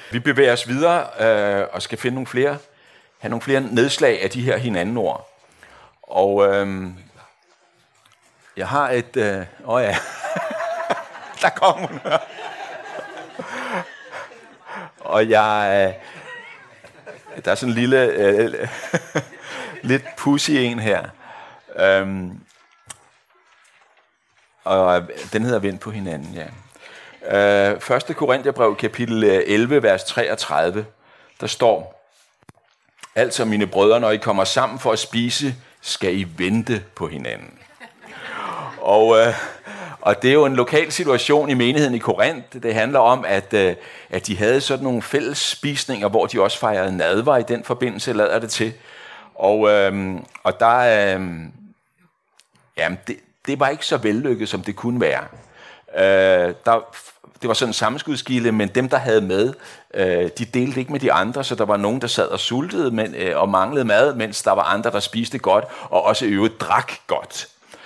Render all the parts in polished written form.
Vi bevæger os videre og skal have nogle flere nedslag af de her hinanden-ord. Og jeg har et... ja, der kom hun. Og jeg... der er sådan en lille... lidt pussy en her. Og den hedder Vend på hinanden, ja. 1. Korintherbrev, kapitel 11, vers 33, der står: Altså, mine brødre, når I kommer sammen for at spise, skal I vente på hinanden. Og det er jo en lokal situation i menigheden i Korinth. Det handler om, at de havde sådan nogle fælles spisninger, hvor de også fejrede nadver i den forbindelse, lader det til. Og der... det var ikke så vellykket, som det kunne være. Det var sådan en sammenskudskilde, men dem, der havde med, de delte ikke med de andre, så der var nogen, der sad og sultede og manglede mad, mens der var andre, der spiste godt, og også i øvrigt drak godt.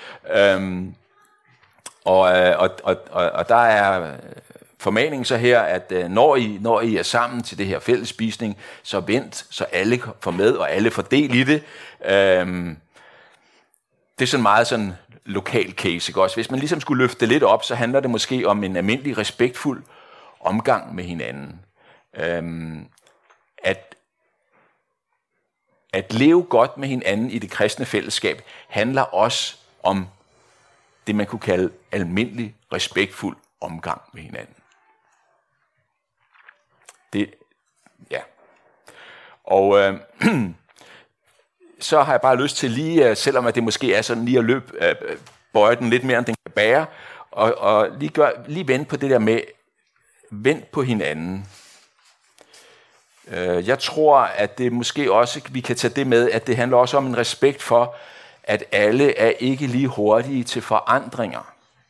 Og der er formaningen så her, at når I er sammen til det her fælles spisning, så vent, så alle får med, og alle får del i det. Det er sådan meget sådan lokal case, ikke også? Hvis man ligesom skulle løfte det lidt op, så handler det måske om en almindelig respektfuld omgang med hinanden. At leve godt med hinanden i det kristne fællesskab handler også om det, man kunne kalde almindelig respektfuld omgang med hinanden. Og så har jeg bare lyst til lige, selvom at det måske er sådan lige at bøje den lidt mere, end den kan bære, og lige vente på det der med, vent på hinanden. Jeg tror, at det måske også, vi kan tage det med, at det handler også om en respekt for, at alle er ikke lige hurtige til forandringer.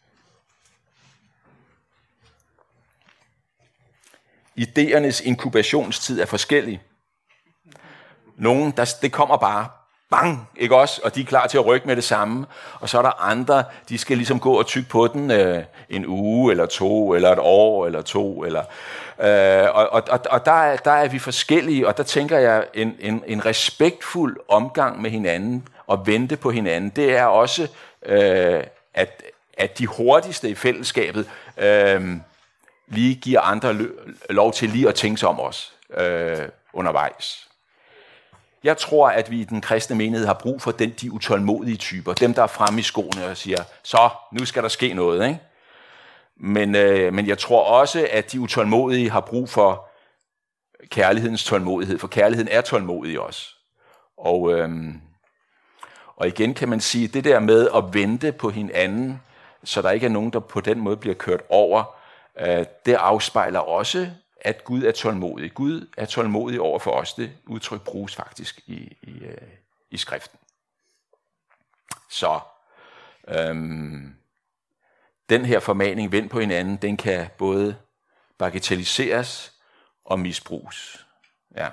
Ideernes inkubationstid er forskellig. Nogen, det kommer bare, bang, ikke også? Og de er klar til at rykke med det samme. Og så er der andre, de skal ligesom gå og tygge på den en uge, eller 2, eller et år, eller 2. Og der er vi forskellige, og der tænker jeg, en respektfuld omgang med hinanden, og vente på hinanden, det er også, at de hurtigste i fællesskabet lige giver andre lov til lige at tænke sig om os undervejs. Jeg tror, at vi i den kristne menighed har brug for de utålmodige typer. Dem, der er fremme i skoene og siger, så, nu skal der ske noget. Ikke? Men jeg tror også, at de utålmodige har brug for kærlighedens tålmodighed, for kærligheden er tålmodig også. Og igen kan man sige, det der med at vente på hinanden, så der ikke er nogen, der på den måde bliver kørt over, det afspejler også, at Gud er tålmodig. Gud er tålmodig over for os. Det udtryk bruges faktisk i skriften. Så den her formaning, vend på hinanden, den kan både bagatelliseres og misbruges. Ja.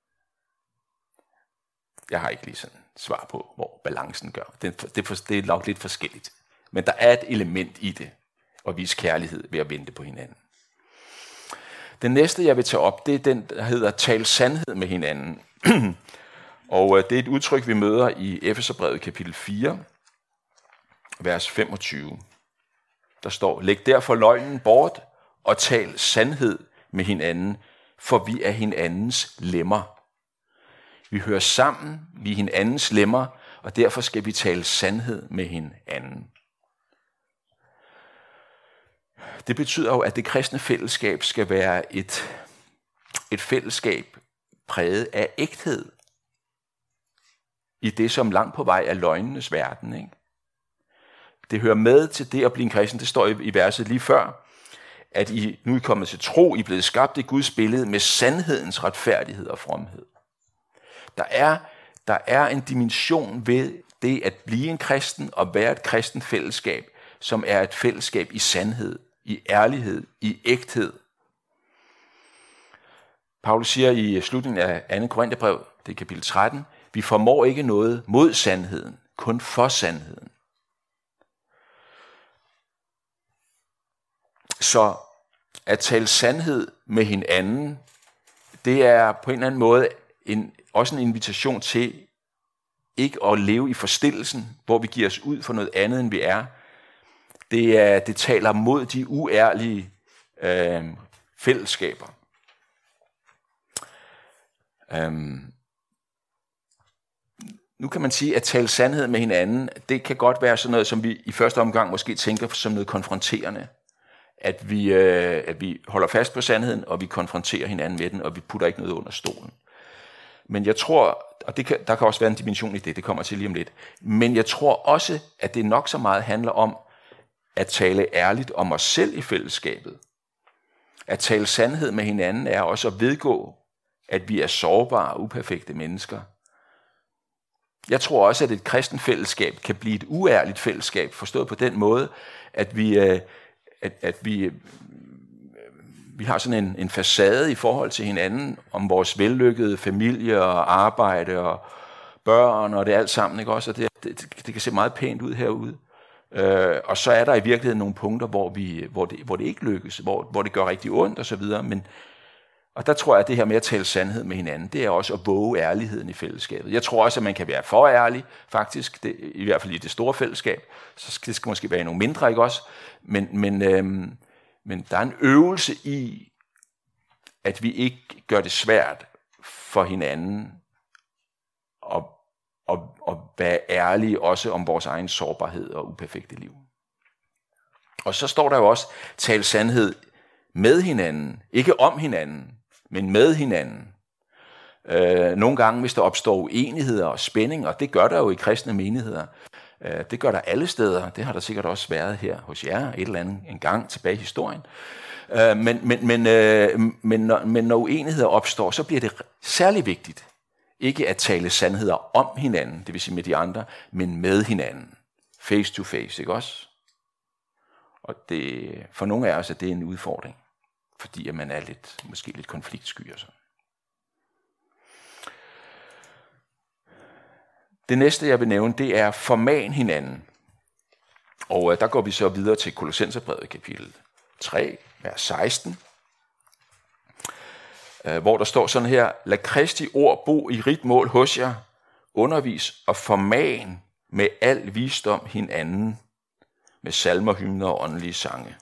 Jeg har ikke lige sådan svar på, hvor balancen gør. Det er nok lidt forskelligt. Men der er et element i det, at vise kærlighed ved at vente på hinanden. Den næste, jeg vil tage op, det er den, der hedder tal sandhed med hinanden. Og det er et udtryk, vi møder i Efeserbrevet kapitel 4, vers 25. Der står, læg derfor løgnen bort og tal sandhed med hinanden, for vi er hinandens lemmer. Vi hører sammen, vi er hinandens lemmer, og derfor skal vi tale sandhed med hinanden. Det betyder jo, at det kristne fællesskab skal være et fællesskab præget af ægthed. I det, som langt på vej er løgnenes verden. Ikke? Det hører med til det at blive en kristen. Det står i verset lige før, at I nu er kommet til tro, I er blevet skabt i Guds billede med sandhedens retfærdighed og fromhed. Der er en dimension ved det at blive en kristen og være et kristent fællesskab, som er et fællesskab i sandhed, i ærlighed, i ægthed. Paulus siger i slutningen af 2. Korintherbrev, det er kapitel 13, vi formår ikke noget mod sandheden, kun for sandheden. Så at tale sandhed med hinanden, det er på en eller anden måde også en invitation til ikke at leve i forstillelsen, hvor vi giver os ud for noget andet, end vi er. Det taler mod de uærlige fællesskaber. Nu kan man sige, at tale sandhed med hinanden, det kan godt være sådan noget, som vi i første omgang måske tænker som noget konfronterende. At vi holder fast på sandheden, og vi konfronterer hinanden med den, og vi putter ikke noget under stolen. Men jeg tror, og der kan også være en dimension i det kommer til lige om lidt, men jeg tror også, at det nok så meget handler om at tale ærligt om os selv i fællesskabet. At tale sandhed med hinanden er også at vedgå, at vi er sårbare og uperfekte mennesker. Jeg tror også, at et kristent fællesskab kan blive et uærligt fællesskab, forstået på den måde, at vi har sådan en facade i forhold til hinanden om vores vellykkede familie og arbejde og børn og det alt sammen, ikke også? Og det kan se meget pænt ud herude. Og så er der i virkeligheden nogle punkter, hvor det ikke lykkes, hvor det gør rigtig ondt og så videre. Og der tror jeg, at det her med at tale sandhed med hinanden, det er også at våge ærligheden i fællesskabet. Jeg tror også, at man kan være for ærlig, faktisk, i hvert fald i det store fællesskab. Så det skal måske være i nogle mindre, ikke også? Men der er en øvelse i, at vi ikke gør det svært for hinanden at være ærlige også om vores egen sårbarhed og uperfekte liv. Og så står der jo også, tale sandhed med hinanden, ikke om hinanden, men med hinanden. Nogle gange, hvis der opstår uenigheder og spænding, og det gør der jo i kristne menigheder, det gør der alle steder, det har der sikkert også været her hos jer, et eller andet en gang tilbage i historien. Men når uenigheder opstår, så bliver det særlig vigtigt, ikke at tale sandheder om hinanden, det vil sige med de andre, men med hinanden. Face to face, ikke også? Og for nogle af os er det en udfordring, fordi at man er måske lidt konfliktsky og sådan. Det næste, jeg vil nævne, det er forman hinanden. Og der går vi så videre til Kolossenserbrevet kapitel 3, vers 16, hvor der står sådan her: lad Kristi ord bo i rigt mål hos jer, undervis og forman med al visdom hinanden, med salmer, hymner og åndelige sange.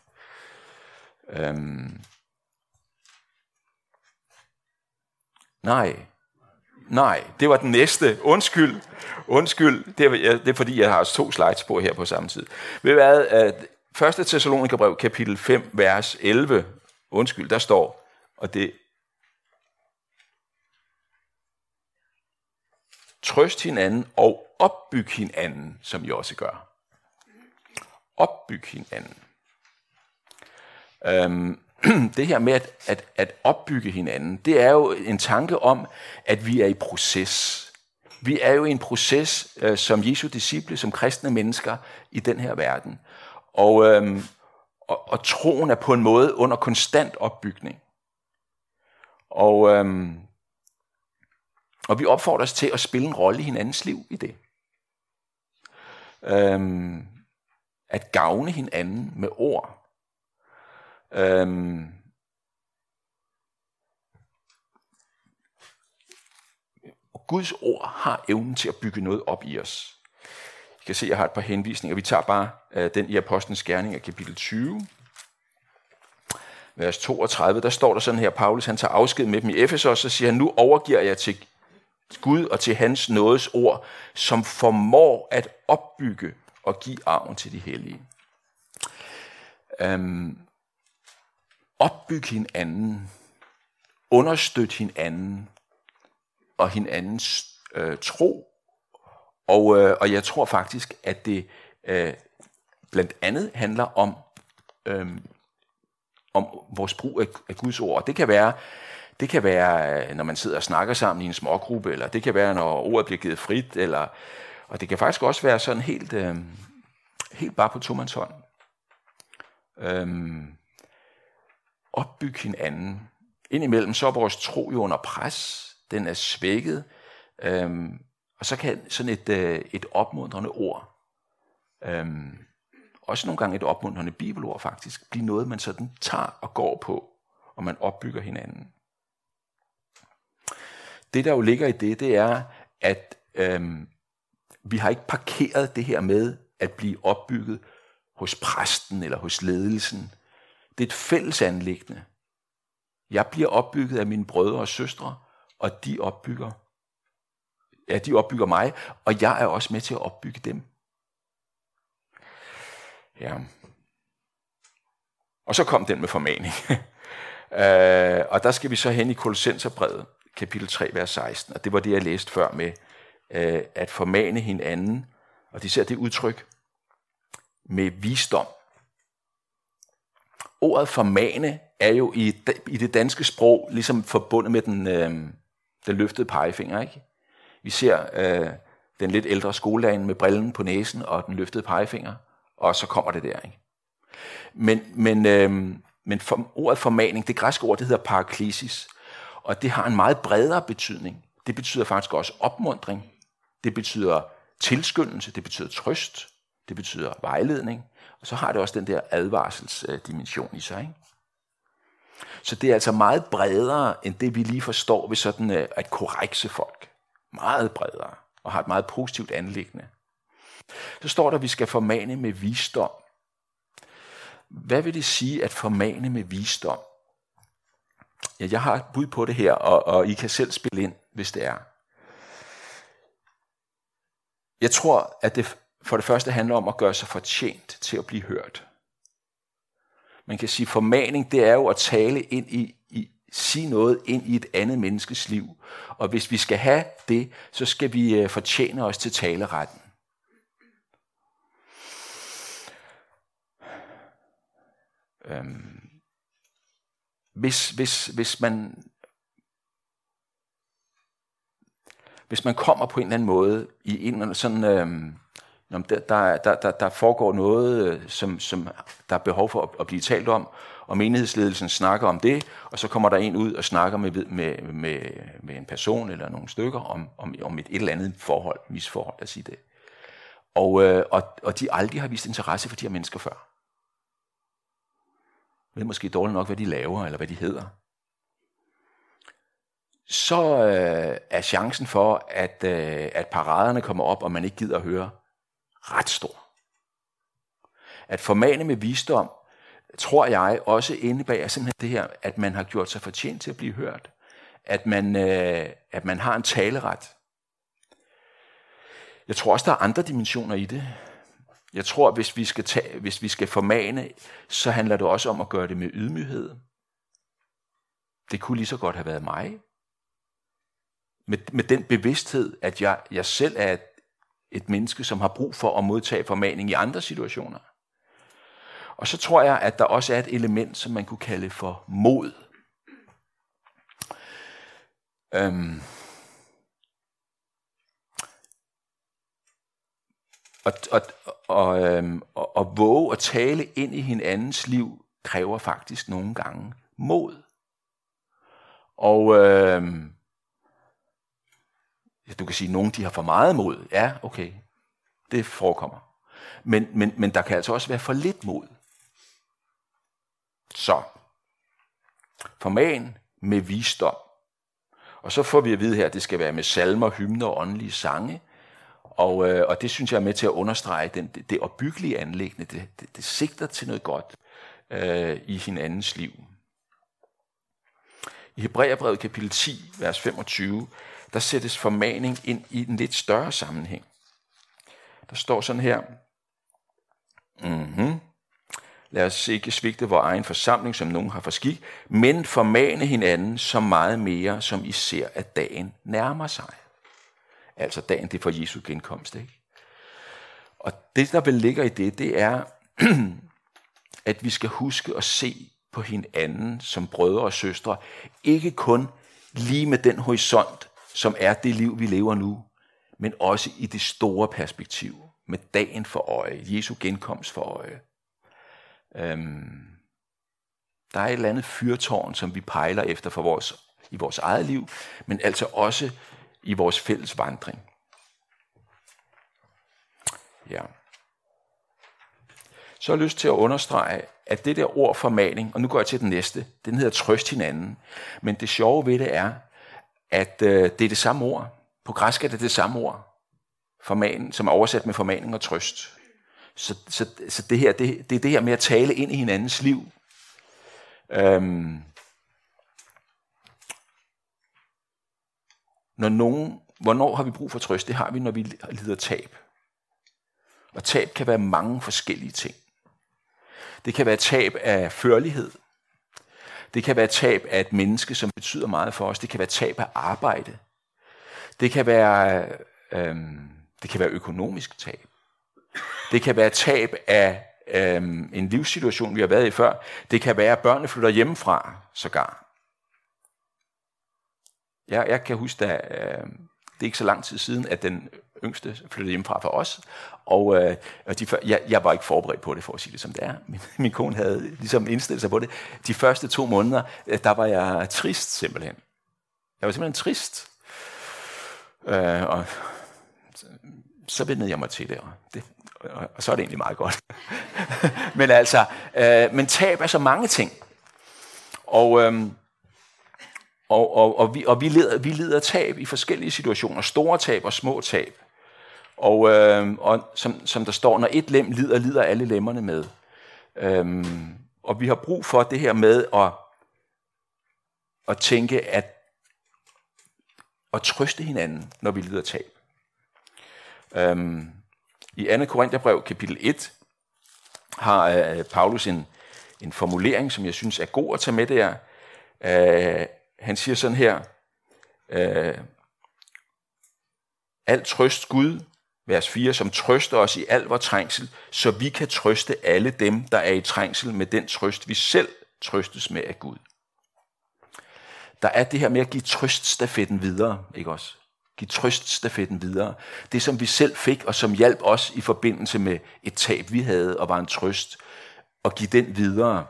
Nej, det var den næste. Undskyld. Det er fordi, jeg har 2 slides på her på samme tid. Ved hvad? 1. Thessalonikerbrev, kapitel 5, vers 11. Undskyld, der står, og det: trøst hinanden og opbyg hinanden, som I også gør. Opbyg hinanden. Det her med at opbygge hinanden, det er jo en tanke om, at vi er i proces. Vi er jo i en proces som Jesu disciple, som kristne mennesker i den her verden. Og troen er på en måde under konstant opbygning. Og vi opfordres til at spille en rolle i hinandens liv i det. At gavne hinanden med ord. Guds ord har evnen til at bygge noget op i os. I kan se, at jeg har et par henvisninger. Vi tager bare den i Apostlenes Gerninger, kapitel 20, vers 32. Der står der sådan her: Paulus, han tager afsked med dem i Efesos, så siger han: nu overgiver jeg til Gud og til hans nådes ord, som formår at opbygge og give arven til de hellige. Opbyg hinanden, understøt hinanden og hinandens tro. Og jeg tror faktisk, at det blandt andet handler om vores brug af Guds ord. Det kan være, når man sidder og snakker sammen i en smågruppe, eller det kan være, når ordet bliver givet frit, og det kan faktisk også være sådan helt bare på tomandshånd. Opbyg hinanden. Indimellem så er vores tro jo under pres. Den er svækket. Og så kan sådan et opmuntrende ord, også nogle gange et opmuntrende bibelord faktisk, blive noget, man sådan tager og går på, og man opbygger hinanden. det der jo ligger i det er, at vi har ikke parkeret det her med at blive opbygget hos præsten eller hos ledelsen. Det er et fælles anliggende. Jeg bliver opbygget af mine brødre og søstre, og de opbygger mig, og jeg er også med til at opbygge dem. Ja. Og så kom den med formaning. Og der skal vi så hen i Kolossenserbrevet, kapitel 3, vers 16. Og det var det, jeg læste før med at formane hinanden. Og de ser det udtryk med visdom. Ordet formane er jo i det danske sprog ligesom forbundet med den løftede pegefinger, ikke? Vi ser den lidt ældre skolelærer med brillen på næsen og den løftede pegefinger, og så kommer det der, ikke? Men ordet formaning, det græske ord, det hedder paraklesis, og det har en meget bredere betydning. Det betyder faktisk også opmuntring, det betyder tilskyndelse, det betyder trøst, det betyder vejledning, og så har det også den der advarselsdimension i sig, ikke? Så det er altså meget bredere, end det vi lige forstår ved sådan at korrekse folk. Meget bredere, og har et meget positivt anliggende. Så står der, at vi skal formane med visdom. Hvad vil det sige at formane med visdom? Ja, jeg har et bud på det her, og I kan selv spille ind, hvis det er. Jeg tror, at det for det første handler om at gøre sig fortjent til at blive hørt. Man kan sige, formaning, det er jo at tale ind sige noget ind i et andet menneskes liv. Og hvis vi skal have det, så skal vi fortjene os til taleretten. Hvis man kommer på en eller anden måde i en sådan der foregår noget, som der er behov for at blive talt om, og menighedsledelsen snakker om det, og så kommer der en ud og snakker med en person eller nogle stykker om et eller andet forhold, misforhold, lad os sige det. Og de aldrig har vist interesse for de her mennesker før. Jeg ved måske dårligt nok, hvad de laver, eller hvad de hedder. Så er chancen for, at paraderne kommer op, og man ikke gider at høre, ret stor. At formane med visdom, tror jeg, også indebærer simpelthen det her, at man har gjort sig fortjent til at blive hørt. At man har en taleret. Jeg tror også, der er andre dimensioner i det. Jeg tror, hvis vi skal formane, så handler det også om at gøre det med ydmyghed. Det kunne lige så godt have været mig. Med den bevidsthed, at jeg selv er et menneske, som har brug for at modtage formaning i andre situationer. Og så tror jeg, at der også er et element, som man kunne kalde for mod. Og våge at tale ind i hinandens liv kræver faktisk nogle gange mod. Og du kan sige, at nogen de har for meget mod. Ja, okay, det forekommer. Men der kan altså også være for lidt mod. Så, forman med visdom. Og så får vi at vide her, at det skal være med salmer, hymner og åndelige sange. Og det synes jeg er med til at understrege det opbyggelige anliggende. Det sigter til noget godt i hinandens liv. I Hebræerbrevet kapitel 10, vers 25, der sættes formaning ind i en lidt større sammenhæng. Der står sådan her. Lad os ikke svigte vores egen forsamling, som nogen har for skik, men formane hinanden så meget mere, som I ser, at dagen nærmer sig. Altså dagen, det er for Jesu genkomst, ikke? Og det, der vel ligger i det er, at vi skal huske at se på hinanden som brødre og søstre, ikke kun lige med den horisont, som er det liv, vi lever nu, men også i det store perspektiv, med dagen for øje, Jesu genkomst for øje. Der er et eller andet fyrtårn, som vi pejler efter i vores eget liv, men altså også i vores fælles vandring. Ja. Så har jeg lyst til at understrege, at det der ord formaning, og nu går jeg til den næste, den hedder trøst hinanden. Men det sjove ved det er, at det er det samme ord. På græsk er det samme ord, formaning, som er oversat med formaning og trøst. Så det her, det er det her med at tale ind i hinandens liv. Hvornår har vi brug for trøst? Det har vi, når vi lider tab. Og tab kan være mange forskellige ting. Det kan være tab af førlighed. Det kan være tab af et menneske, som betyder meget for os. Det kan være tab af arbejde. Det kan være økonomisk tab. Det kan være tab af en livssituation, vi har været i før. Det kan være, at børnene flytter hjemmefra, sågar. Jeg kan huske, at det er ikke så lang tid siden, at den yngste flyttede hjemmefra for os. Og jeg var ikke forberedt på det, for at sige det som det er. Min kone havde ligesom indstillet sig på det. De første 2 måneder, der var jeg trist simpelthen. Jeg var simpelthen trist. Og så vendte jeg mig til det, og så er det egentlig meget godt. men tab er så mange ting. Og vi lider tab i forskellige situationer, store tab og små tab. Og som der står, når et lem lider alle lemmerne med. Og vi har brug for det her med at tænke at trøste hinanden, når vi lider tab. I 2. Korintherbrev kapitel 1 har Paulus en formulering, som jeg synes er god at tage med der. Han siger sådan her, al trøst Gud, vers 4, som trøster os i al vor trængsel, så vi kan trøste alle dem, der er i trængsel med den trøst, vi selv trøstes med af Gud. Der er det her med at give trøststafetten videre, ikke også? Give trøststafetten videre. Det, som vi selv fik, og som hjalp os i forbindelse med et tab, vi havde, og var en trøst, og give den videre.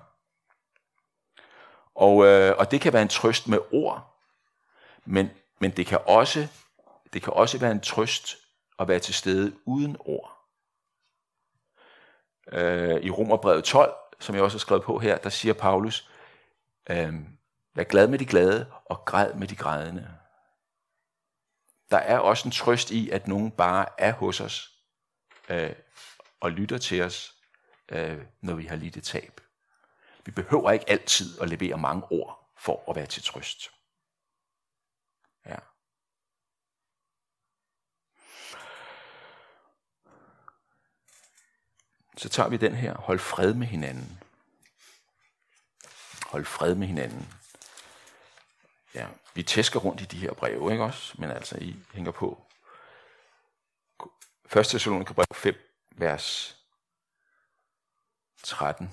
Og det kan være en trøst med ord, men det kan også være en trøst at være til stede uden ord. I Romerbrevet 12, som jeg også har skrevet på her, der siger Paulus, vær glad med de glade og græd med de grædende. Der er også en trøst i, at nogen bare er hos os og lytter til os, når vi har lidt et tab. Vi behøver ikke altid at levere mange ord for at være til trøst. Ja. Så tager vi den her. Hold fred med hinanden. Hold fred med hinanden. Ja, vi tæsker rundt i de her breve, ikke også? Men altså, I hænger på. 1. Thessalonikerbrev 5, vers 13.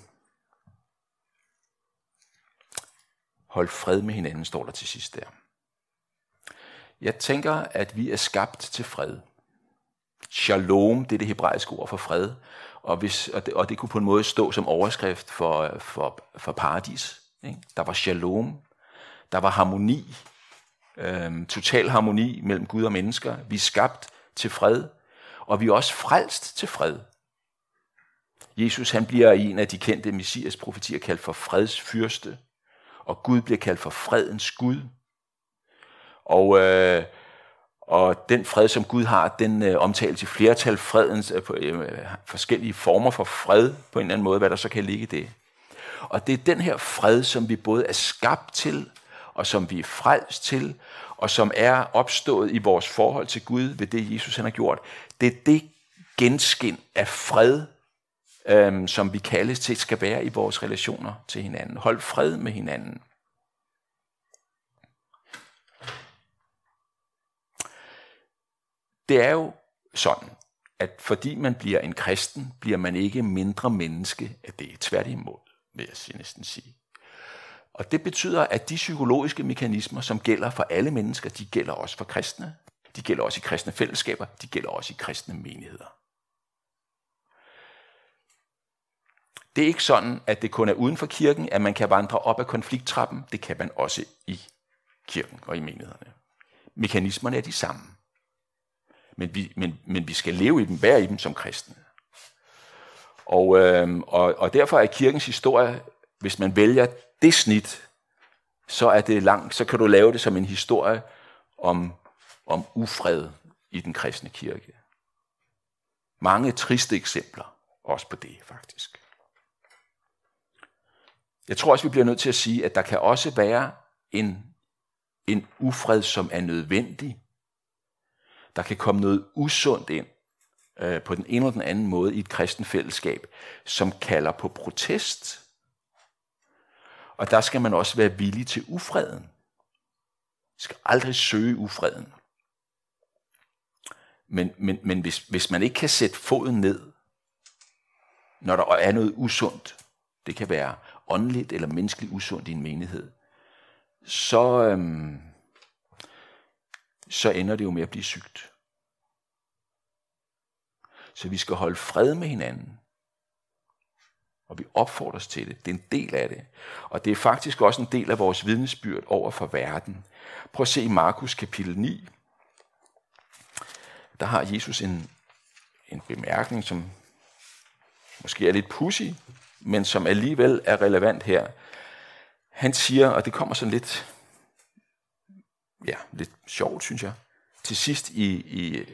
Hold fred med hinanden, står der til sidst der. Jeg tænker, at vi er skabt til fred. Shalom, det er det hebraiske ord for fred. Og det kunne på en måde stå som overskrift for paradis. Ikke? Der var shalom. Der var harmoni. Total harmoni mellem Gud og mennesker. Vi er skabt til fred. Og vi er også frelst til fred. Jesus, han bliver i en af de kendte messias profetier kaldt for fredsfyrste. Og Gud bliver kaldt for fredens Gud. Og den fred, som Gud har, den omtales i flertal fredens forskellige former for fred på en eller anden måde, hvad der så kan ligge i det. Og det er den her fred, som vi både er skabt til, og som vi er frelst til, og som er opstået i vores forhold til Gud ved det, Jesus han har gjort. Det er det genskin af fred, som vi kaldes til, skal være i vores relationer til hinanden. Hold fred med hinanden. Det er jo sådan, at fordi man bliver en kristen, bliver man ikke mindre menneske af det. Tværtimod, vil jeg næsten sige. Og det betyder, at de psykologiske mekanismer, som gælder for alle mennesker, de gælder også for kristne. De gælder også i kristne fællesskaber. De gælder også i kristne menigheder. Det er ikke sådan, at det kun er uden for kirken, at man kan vandre op ad konflikttrappen. Det kan man også i kirken og i menighederne. Mekanismerne er de samme. Men vi skal leve i dem, være i dem som kristne. Og derfor er kirkens historie, hvis man vælger det snit, så er det langt, så kan du lave det som en historie, om ufred i den kristne kirke. Mange triste eksempler også på det, faktisk. Jeg tror også, vi bliver nødt til at sige, at der kan også være en ufred, som er nødvendig. Der kan komme noget usundt ind på den ene eller den anden måde i et kristen fællesskab, som kalder på protest. Og der skal man også være villig til ufreden. Man skal aldrig søge ufreden. Men hvis man ikke kan sætte foden ned, når der er noget usundt, det kan være åndeligt eller menneskeligt usundt i en menighed, så ender det jo med at blive sygt. Så vi skal holde fred med hinanden. Og vi opfordres til det. Det er en del af det. Og det er faktisk også en del af vores vidnesbyrd over for verden. Prøv at se i Markus kapitel 9. Der har Jesus en bemærkning, som måske er lidt pudsig, men som alligevel er relevant her. Han siger, og det kommer sådan lidt sjovt, synes jeg, til sidst i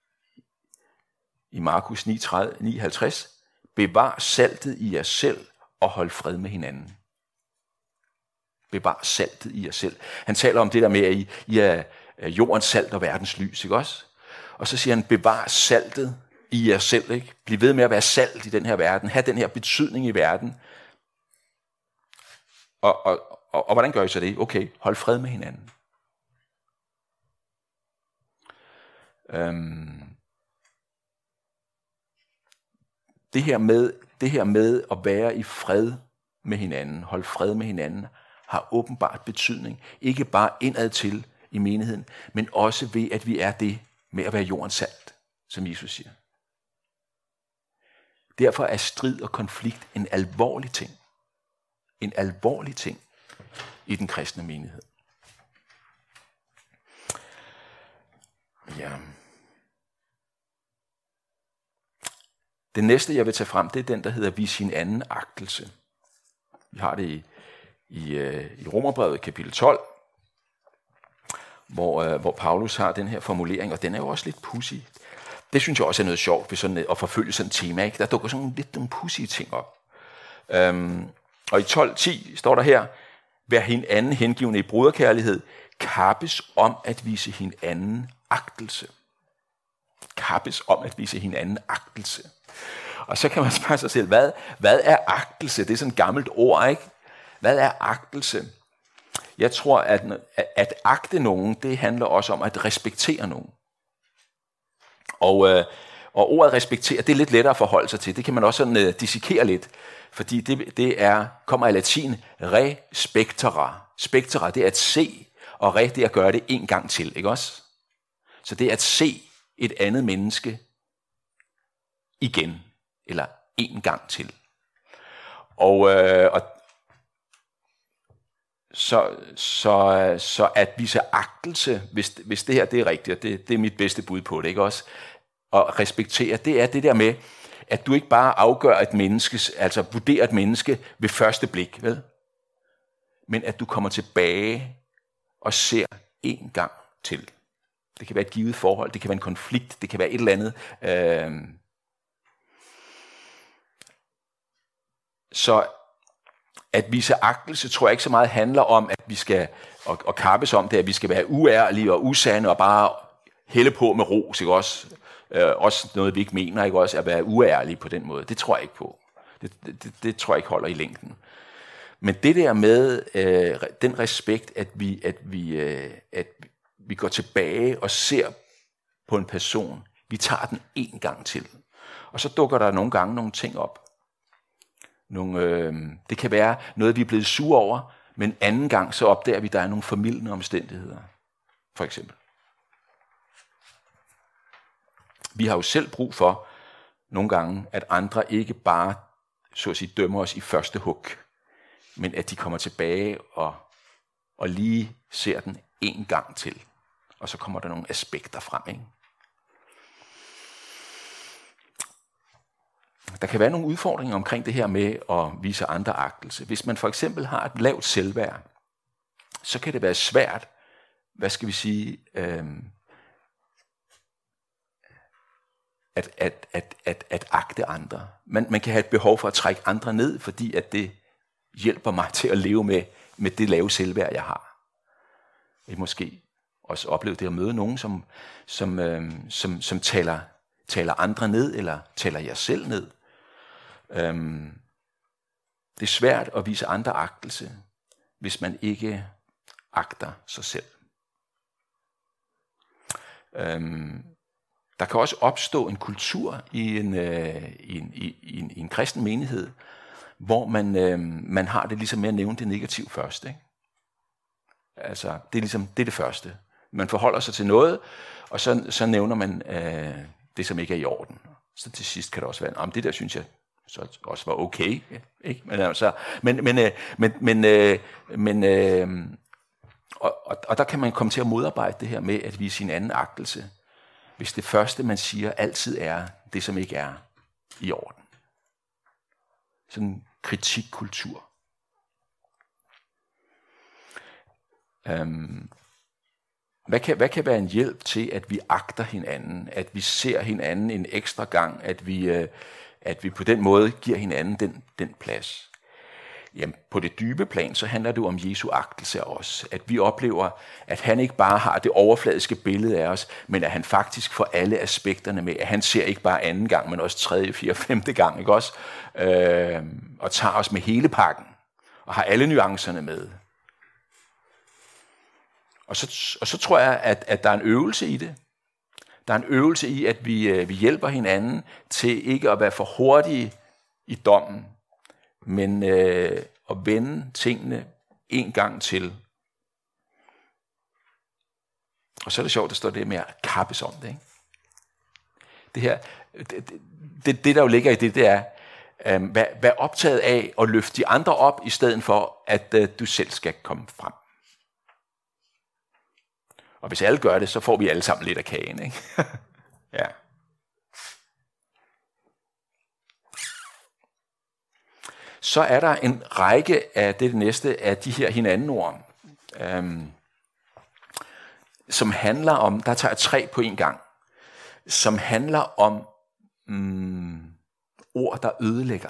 Markus 9:50, bevar saltet i jer selv og hold fred med hinanden. Bevar saltet i jer selv. Han taler om det der med, at I er jordens salt og verdens lys, ikke også? Og så siger han, bevar saltet i jer selv, ikke? Bliv ved med at være salt i den her verden. Ha' den her betydning i verden. Og hvordan gør I så det? Okay, hold fred med hinanden. Det her med at være i fred med hinanden, holde fred med hinanden, har åbenbart betydning. Ikke bare indad til i menigheden, men også ved, at vi er det med at være jordens salt, som Jesus siger. Derfor er strid og konflikt en alvorlig ting. En alvorlig ting i den kristne menighed. Ja. Den næste, jeg vil tage frem, det er den, der hedder vis hin anden agtelse. Vi har det i Romerbrevet kapitel 12, hvor Paulus har den her formulering, og den er jo også lidt pudsig. Det synes jeg også er noget sjovt ved sådan at forfølge sådan et tema, ikke? Der dukker sådan lidt nogle pudsige ting op. Og i 12:10 står der her, vær hinanden hengivende i broderkærlighed, kappes om at vise hinanden agtelse. Kappes om at vise hinanden agtelse. Og så kan man spørge sig selv, hvad er agtelse? Det er sådan et gammelt ord, ikke? Hvad er agtelse? Jeg tror, at agte nogen, det handler også om at respektere nogen. Og ordet respektere, det er lidt lettere at forholde sig til. Det kan man også sådan dissekere lidt, fordi det kommer af latin respectere. Spectere, det er at se, og re, det er at gøre det en gang til, ikke også? Så det er at se et andet menneske igen, eller en gang til. Så at vise agtelse, hvis det her det er rigtigt, det er mit bedste bud på det, ikke også? Og respektere, det er det der med, at du ikke bare afgør et menneskes, altså vurderer et menneske ved første blik, vel? Men at du kommer tilbage og ser en gang til. Det kan være et givet forhold, det kan være en konflikt, det kan være et eller andet. Så at vise agtelse, tror jeg ikke så meget handler om, at vi skal, og kappes om det, at vi skal være uærlige og usande og bare hælde på med ros, ikke også? Også noget, vi ikke mener, ikke også? At være uærlige på den måde. Det tror jeg ikke på. Det tror jeg ikke holder i længden. Men det der med den respekt, at vi går tilbage og ser på en person, vi tager den en gang til. Og så dukker der nogle gange nogle ting op. Det kan være noget, vi er blevet sure over, men anden gang så opdager vi, at der er nogle formildende omstændigheder. For eksempel. Vi har jo selv brug for nogle gange, at andre ikke bare så at sige, dømmer os i første hug, men at de kommer tilbage og lige ser den en gang til. Og så kommer der nogle aspekter frem, ikke? Der kan være nogle udfordringer omkring det her med at vise andre agtelse. Hvis man for eksempel har et lavt selvværd, så kan det være svært hvad skal vi sige, at agte andre. Man kan have et behov for at trække andre ned, fordi at det hjælper mig til at leve med det lave selvværd, jeg har. Jeg måske også opleve det at møde nogen, som taler andre ned, eller taler jer selv ned. Det er svært at vise andre agtelse, hvis man ikke agter sig selv. Der kan også opstå en kultur i en kristen menighed, hvor man har det ligesom med at nævne det negative først. Ikke? Altså, det er ligesom det første. Man forholder sig til noget, og så nævner man det, som ikke er i orden. Så til sidst kan det også være, om det der synes jeg så også var okay. Ikke? Men altså, og der kan man komme til at modarbejde det her med at vise sin anden agtelse, hvis det første, man siger, altid er det, som ikke er i orden. Sådan en kritikkultur. Hvad kan være en hjælp til, at vi agter hinanden, at vi ser hinanden en ekstra gang, at vi på den måde giver hinanden den plads? Jamen, på det dybe plan, så handler det jo om Jesu agtelse af os. At vi oplever, at han ikke bare har det overfladiske billede af os, men at han faktisk får alle aspekterne med. At han ser ikke bare anden gang, men også tredje, fjerde, femte gang, ikke også? Og tager os med hele pakken, og har alle nuancerne med. Og så tror jeg, at der er en øvelse i det. Der er en øvelse i, at vi hjælper hinanden til ikke at være for hurtige i dommen, men at vende tingene en gang til. Og så er det sjovt, at der står det med at kappes om det. Ikke? Det her, det der jo ligger i det er, vær optaget af at løfte de andre op, i stedet for, at du selv skal komme frem. Og hvis alle gør det, så får vi alle sammen lidt af kagen. Ikke? Ja. Så er der en række af det næste af de her hinandenord, som handler om, der tager jeg 3 på en gang, som handler om ord, der ødelægger.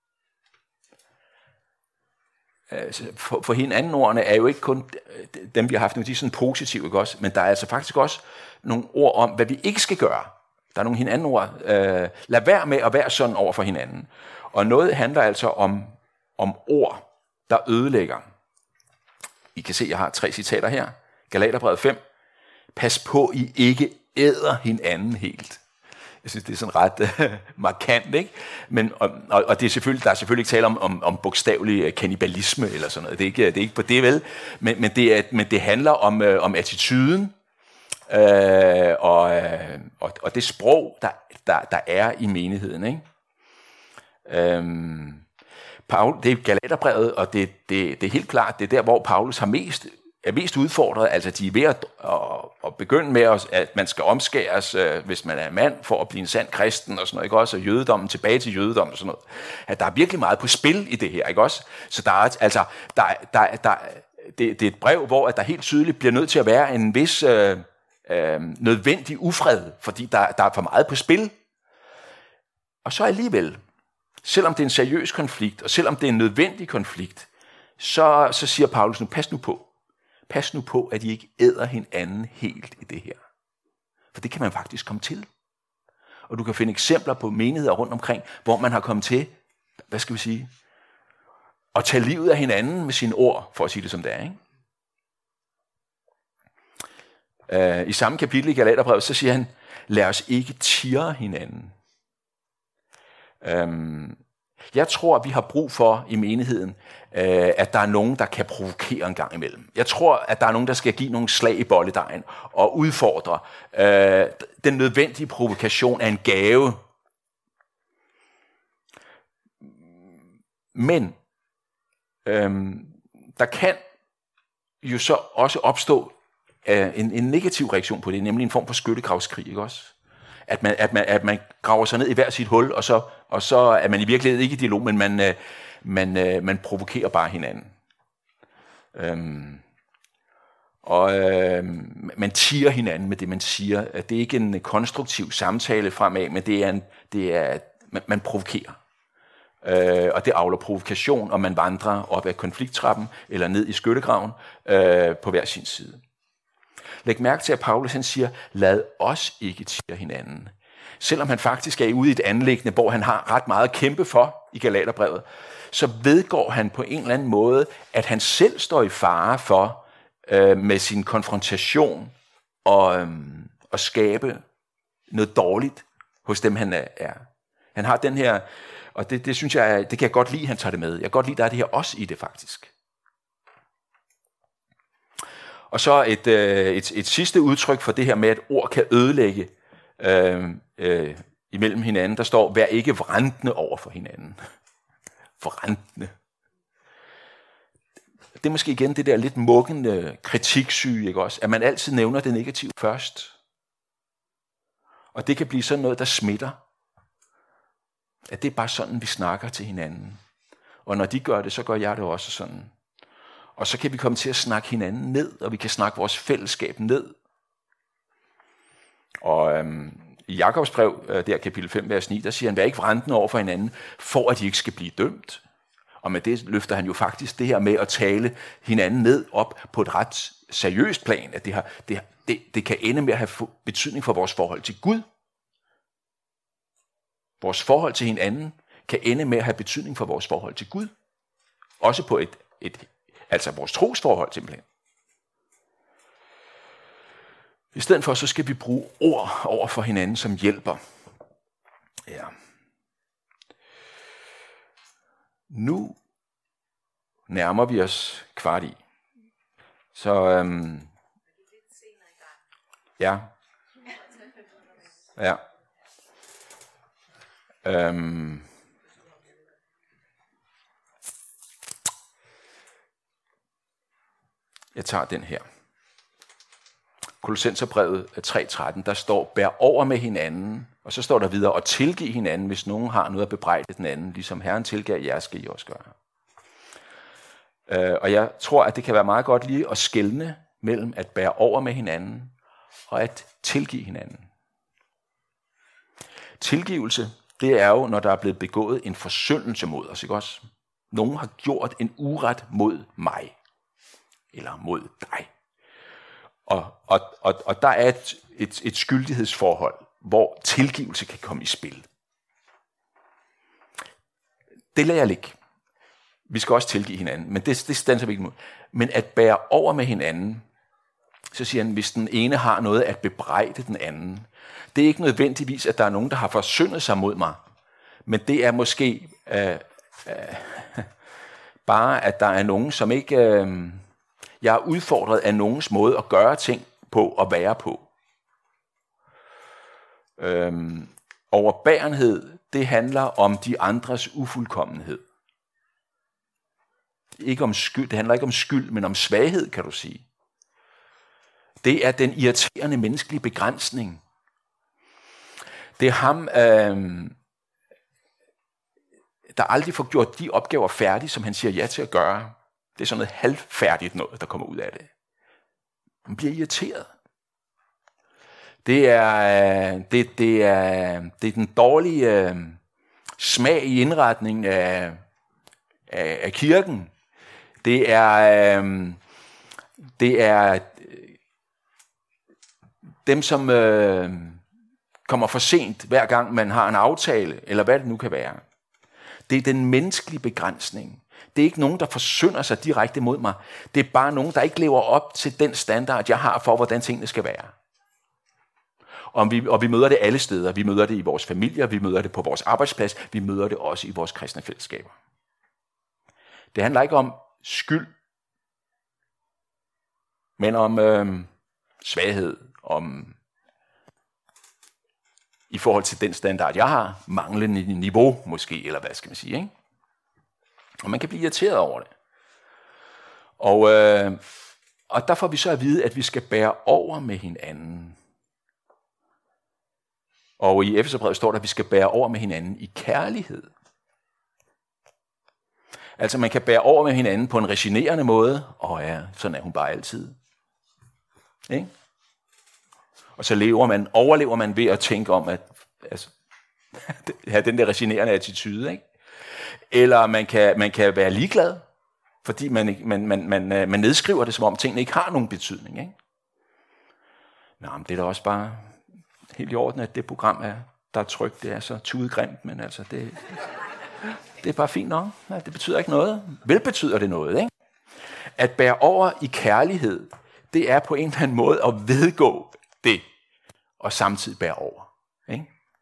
For hinandenordene er jo ikke kun dem, vi har haft nu, de er sådan positive, ikke også? Men der er altså faktisk også nogle ord om, hvad vi ikke skal gøre. Der er nogle hinandenord. Lad være med at være sådan over for hinanden. Og noget handler altså om ord, der ødelægger. I kan se, jeg har 3 citater her. Galaterbrevet 5. Pas på, I ikke æder hinanden helt. Jeg synes, det er sådan ret markant, ikke? Men, og det er selvfølgelig, der er selvfølgelig ikke tale om bogstavelig kannibalisme eller sådan noget. Det er ikke på det, vel? Men det handler om attituden og det sprog, der er i menigheden, ikke? Det er Galaterbrevet, og det er helt klart, det er der, hvor Paulus er mest udfordret. Altså, de er ved at begynde med, at man skal omskæres, hvis man er mand, for at blive en sand kristen, og sådan noget, ikke også? Og jødedommen, tilbage til jødedommen, og sådan noget. At der er virkelig meget på spil i det her, ikke også? Så der er, altså, det er et brev, hvor at der helt tydeligt bliver nødt til at være en vis nødvendig ufred, fordi der er for meget på spil. Og så alligevel, selvom det er en seriøs konflikt, og selvom det er en nødvendig konflikt, så siger Paulus nu, pas nu på, at I ikke æder hinanden helt i det her. For det kan man faktisk komme til. Og du kan finde eksempler på menigheder rundt omkring, hvor man har kommet til, hvad skal vi sige, at tage livet af hinanden med sine ord, for at sige det som det er, ikke? I samme kapitel i Galaterbrevet, så siger han, lad os ikke tirre hinanden. Jeg tror, vi har brug for i menigheden, at der er nogen, der kan provokere en gang imellem. Jeg tror, at der er nogen, der skal give nogle slag i bolledejen og udfordre. Den nødvendige provokation er en gave. Men der kan jo så også opstå en negativ reaktion på det, nemlig en form for skyttegravskrig, ikke også? At man graver sig ned i hver sit hul, og så er man i virkeligheden ikke i dialog, men man provokerer bare hinanden. Og man tier hinanden med det, man siger. Det er ikke en konstruktiv samtale fremad, men man provokerer. Og det avler provokation, og man vandrer op ad konflikttrappen eller ned i skyttegraven på hver sin side. Læg mærke til, at Paulus han siger, lad os ikke tier hinanden. Selvom han faktisk er ude i et anliggende, hvor han har ret meget at kæmpe for i Galaterbrevet, så vedgår han på en eller anden måde, at han selv står i fare for med sin konfrontation og skabe noget dårligt hos dem, han er. Han har den her, og det synes jeg, det kan jeg godt lide, han tager det med. Jeg kan godt lide, der er det her også i det faktisk. Og så et sidste udtryk for det her med, at ord kan ødelægge imellem hinanden. Der står, vær ikke vrantende over for hinanden. Vrantende. Det er måske igen det der lidt mukkende kritiksyge, ikke også? At man altid nævner det negative først. Og det kan blive sådan noget, der smitter. At det er bare sådan, vi snakker til hinanden. Og når de gør det, så gør jeg det også sådan. Og så kan vi komme til at snakke hinanden ned, og vi kan snakke vores fællesskab ned. Og i Jakobs brev, der kapitel 5, vers 9, der siger han, vær ikke vrantende over for hinanden, for at de ikke skal blive dømt. Og med det løfter han jo faktisk det her med at tale hinanden ned op på et ret seriøst plan, at det kan ende med at have betydning for vores forhold til Gud. Vores forhold til hinanden kan ende med at have betydning for vores forhold til Gud. Også på altså vores trosforhold simpelthen. I stedet for, så skal vi bruge ord over for hinanden, som hjælper. Ja. Nu nærmer vi os kvart i. Så ja. Ja. Jeg tager den her. Kolossenserbrevet 3:13, der står, bær over med hinanden, og så står der videre, og tilgiv hinanden, hvis nogen har noget at bebrejde den anden, ligesom Herren tilgav jer, skal I også gøre. Og jeg tror, at det kan være meget godt lige at skelne mellem at bære over med hinanden og at tilgive hinanden. Tilgivelse, det er jo, når der er blevet begået en forsyndelse mod os, ikke også? Nogen har gjort en uret mod mig, eller mod dig. Og der er et skyldighedsforhold, hvor tilgivelse kan komme i spil. Det lader jeg ligge. Vi skal også tilgive hinanden, men det standser vi ikke imod. Men at bære over med hinanden, så siger han, hvis den ene har noget at bebrejde den anden, det er ikke nødvendigvis, at der er nogen, der har forsyndet sig mod mig, men det er måske bare, at der er nogen, som ikke... jeg er udfordret af nogens måde at gøre ting på og være på. Overbærenhed, det handler om de andres ufuldkommenhed. Ikke om skyld, det handler ikke om skyld, men om svaghed, kan du sige. Det er den irriterende menneskelige begrænsning. Det er ham, der aldrig får gjort de opgaver færdige, som han siger ja til at gøre. Det er sådan noget halvfærdigt noget, der kommer ud af det. Man bliver irriteret. Det er den dårlige smag i indretningen af kirken. Det er dem, som kommer for sent, hver gang man har en aftale, eller hvad det nu kan være. Det er den menneskelige begrænsning. Det er ikke nogen, der forsynder sig direkte mod mig. Det er bare nogen, der ikke lever op til den standard, jeg har for, hvordan tingene skal være. Og vi møder det alle steder. Vi møder det i vores familier, vi møder det på vores arbejdsplads, vi møder det også i vores kristne fællesskaber. Det handler ikke om skyld, men om svaghed, om i forhold til den standard, jeg har, manglende niveau måske, eller hvad skal man sige, ikke? Og man kan blive irriteret over det. Og der får vi så at vide, at vi skal bære over med hinanden. Og i Efeserbrevet står der, at vi skal bære over med hinanden i kærlighed. Altså man kan bære over med hinanden på en resignerende måde, og ja, sådan er hun bare altid. Ikke? Og så overlever man ved at tænke om, at have den der resignerende attitude. Ikke? Eller man kan være ligeglad, fordi man nedskriver det, som om tingene ikke har nogen betydning. Ikke? Nå, men det er da også bare helt i orden, at det program, der er trykt, det er så tudegrimt, men altså det er bare fint nok. Ja, det betyder ikke noget. Vel betyder det noget, ikke? At bære over i kærlighed, det er på en eller anden måde at vedgå det, og samtidig bære over. Ikke?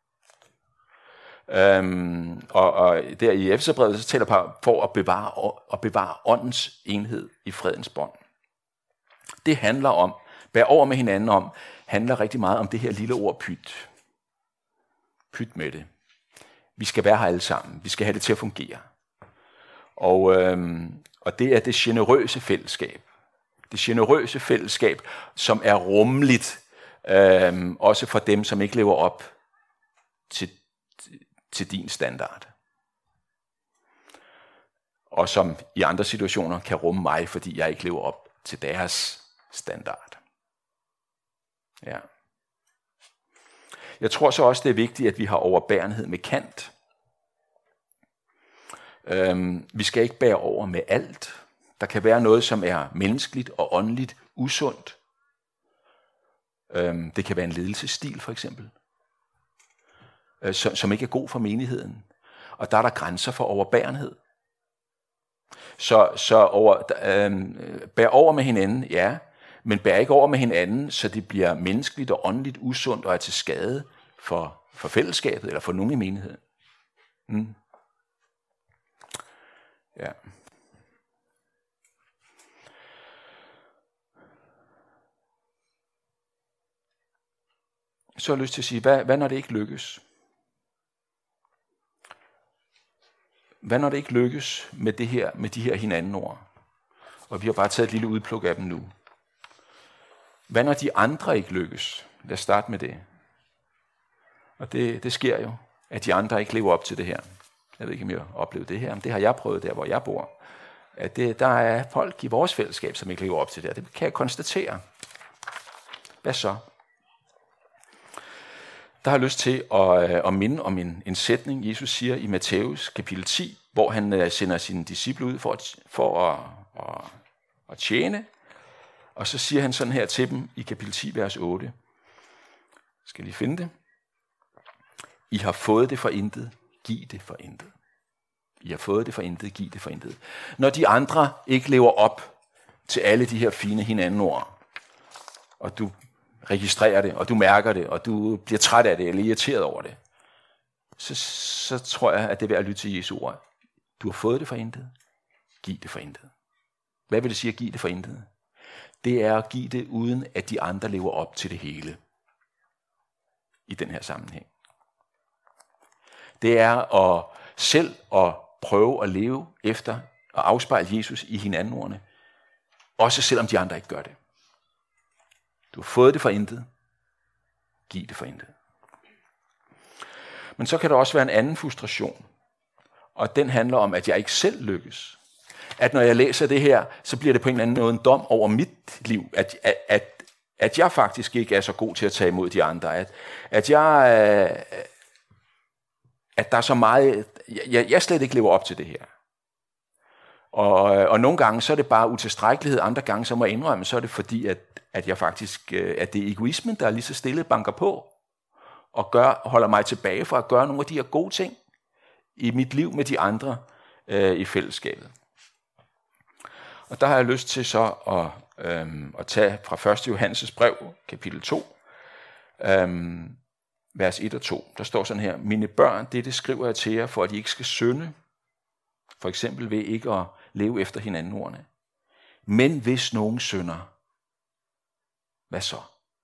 Og der i Efeserbrevet, så taler Paulus for at bevare åndens enhed i fredens bånd. Det handler om, bære over med hinanden om, handler rigtig meget om det her lille ord pyt. Pyt med det. Vi skal være her alle sammen. Vi skal have det til at fungere. Og det er det generøse fællesskab. Det generøse fællesskab, som er rummeligt, også for dem, som ikke lever op til din standard. Og som i andre situationer kan rumme mig, fordi jeg ikke lever op til deres standard. Ja. Jeg tror så også, det er vigtigt, at vi har overbærenhed med kant. Vi skal ikke bære over med alt. Der kan være noget, som er menneskeligt og åndeligt usundt. Det kan være en ledelsesstil, for eksempel, som ikke er god for menigheden. Og der er der grænser for overbærenhed. Så bær over med hinanden, ja, men bær ikke over med hinanden, så det bliver menneskeligt og åndeligt usundt og er til skade for fællesskabet eller for nogen i menigheden. Ja. Så har jeg lyst til at sige, hvad når det ikke lykkes? Hvad når det ikke lykkes med de her hinanden-ord? Og vi har bare taget et lille udpluk af dem nu. Hvad når de andre ikke lykkes? Lad os starte med det. Og det sker jo, at de andre ikke lever op til det her. Jeg ved ikke, om jeg har oplevet det her, men det har jeg prøvet der, hvor jeg bor. At der er folk i vores fællesskab, som ikke lever op til det her. Det kan jeg konstatere. Hvad så? Der har jeg lyst til at minde om en sætning, Jesus siger i Matthæus kapitel 10, hvor han sender sine disciple ud for at tjene. Og så siger han sådan her til dem i kapitel 10, vers 8. Skal lige finde det? I har fået det for intet, giv det for intet. I har fået det for intet, giv det for intet. Når de andre ikke lever op til alle de her fine hinanden-ord, og du registrerer det, og du mærker det, og du bliver træt af det, eller irriteret over det, så tror jeg, at det er værd at lytte til Jesu ord. Du har fået det for intet, giv det for intet. Hvad vil det sige at give det for intet? Det er at give det, uden at de andre lever op til det hele. I den her sammenhæng. Det er selv at prøve at leve efter og afspejle Jesus i hinanden-ordene, også selvom de andre ikke gør det. Du har fået det for intet, giv det for intet. Men så kan der også være en anden frustration, og den handler om, at jeg ikke selv lykkes. At når jeg læser det her, så bliver det på en eller anden måde en dom over mit liv, at jeg faktisk ikke er så god til at tage imod de andre, at der er så meget, jeg slet ikke lever op til det her. Og nogle gange så er det bare utilstrækkelighed, andre gange så må jeg indrømme, så er det fordi, at jeg faktisk, at det er egoismen, der lige så stille banker på, og holder mig tilbage fra at gøre nogle af de her gode ting i mit liv med de andre i fællesskabet. Og der har jeg lyst til så at tage fra 1. Johannes brev, kapitel 2, vers 1 og 2. Der står sådan her: Mine børn, det skriver jeg til jer, for at I ikke skal synde. For eksempel ved ikke at leve efter hinanden-ordene. Men hvis nogen synder, hvad så?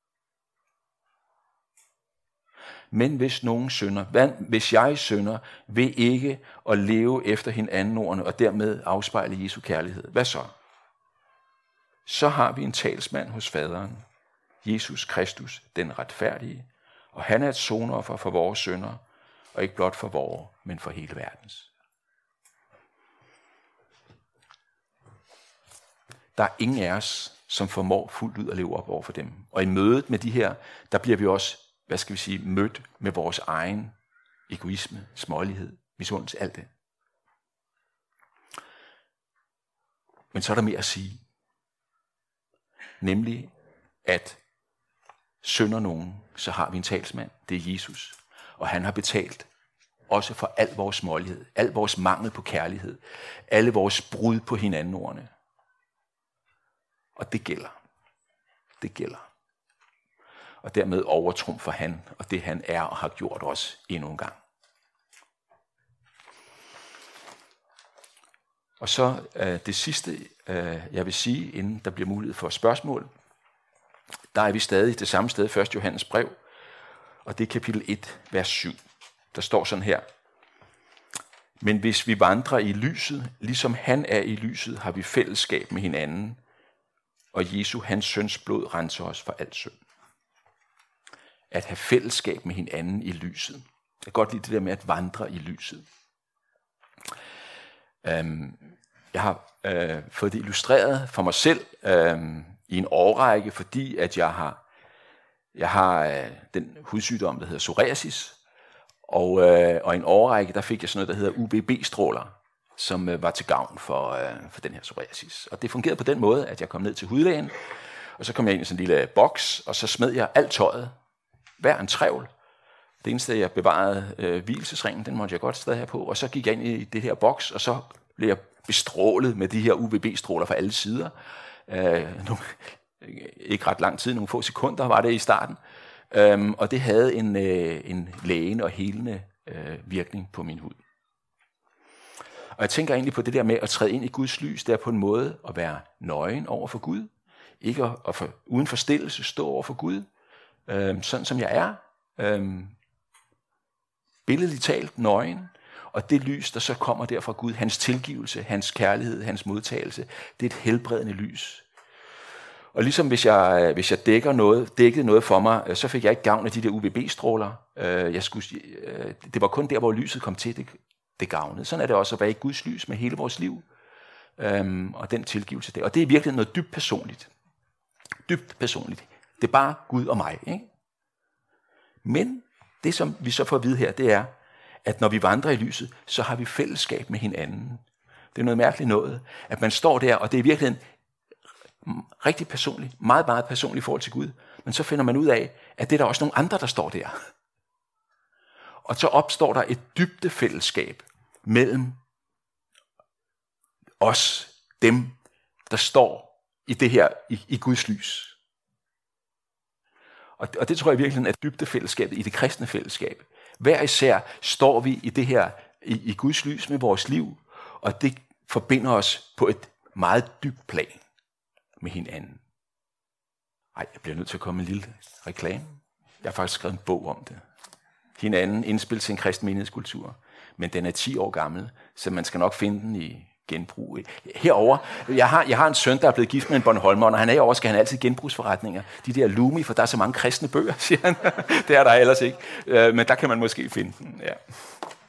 Men hvis nogen synder, hvis jeg synder, ved ikke at leve efter hinanden-ordene og dermed afspejle Jesu kærlighed, hvad så? Så har vi en talsmand hos faderen, Jesus Kristus, den retfærdige, og han er et sonoffer for vores synder, og ikke blot for vores, men for hele verdens. Der er ingen af os, som formår fuldt ud at leve op over for dem. Og i mødet med de her, der bliver vi også, mødt med vores egen egoisme, smålighed, misundelse, alt det. Men så er der mere at sige. Nemlig, at synder nogen, så har vi en talsmand, det er Jesus. Og han har betalt også for al vores smålighed, al vores mangel på kærlighed, alle vores brud på hinandenordene. Og det gælder. Det gælder. Og dermed overtrumfer han, og det han er og har gjort os endnu en gang. Og så det sidste, jeg vil sige, inden der bliver mulighed for spørgsmål, der er vi stadig det samme sted, 1. Johannes brev, og det er kapitel 1, vers 7. Der står sådan her: Men hvis vi vandrer i lyset, ligesom han er i lyset, har vi fællesskab med hinanden, og Jesu, hans søns blod, renser os for al synd. At have fællesskab med hinanden i lyset. Jeg kan godt lide det der med at vandre i lyset. Jeg har fået det illustreret for mig selv i en årrække, fordi at jeg har den hudsygdom, der hedder psoriasis, og i en årrække, der fik jeg sådan noget, der hedder UVB-stråler, som var til gavn for den her psoriasis. Og det fungerede på den måde, at jeg kom ned til hudlægen, og så kom jeg ind i sådan en lille boks, og så smed jeg alt tøjet, hver en trævl. Det eneste, jeg bevarede hvilesesringen, den måtte jeg godt stadig have på, og så gik jeg ind i det her boks, og så blev jeg bestrålet med de her UVB-stråler fra alle sider. Ikke ret lang tid, nogle få sekunder var det i starten, og det havde en lægende og helende virkning på min hud. Og jeg tænker egentlig på det der med at træde ind i Guds lys, det er på en måde at være nøgen over for Gud, ikke uden forstillelse stå over for Gud, sådan som jeg er, billedligt talt nøgen, og det lys, der så kommer der fra Gud, hans tilgivelse, hans kærlighed, hans modtagelse, det er et helbredende lys. Og ligesom hvis jeg dækkede noget for mig, så fik jeg ikke gavn af de der UVB-stråler. Det var kun der, hvor lyset kom til, det gavnede. Sådan er det også at være i Guds lys med hele vores liv, og den tilgivelse der. Og det er virkelig noget dybt personligt. Dybt personligt. Det er bare Gud og mig, ikke? Men det, som vi så får at vide her, det er, at når vi vandrer i lyset, så har vi fællesskab med hinanden. Det er noget mærkeligt noget, at man står der, og det er virkelig rigtig personligt, meget, meget personligt i forhold til Gud. Men så finder man ud af, at det er der også nogle andre, der står der. Og så opstår der et dybde fællesskab mellem os, dem, der står i det her, i Guds lys. Og det tror jeg virkelig er dybdefællesskabet i det kristne fællesskab. Hver især står vi i det her, i Guds lys med vores liv, og det forbinder os på et meget dybt plan med hinanden. Jeg bliver nødt til at komme med en lille reklame. Jeg har faktisk skrevet en bog om det. Hinanden indspil til en kristen menighedskultur. Men den er 10 år gammel, så man skal nok finde den i genbrug. Herover, jeg har en søn, der er blevet gift med en Bornholmer, og når han er herovre, skal han altid genbrugsforretninger. De der Lumi, for der er så mange kristne bøger, siger han. Det er der ellers ikke. Men der kan man måske finde den, ja.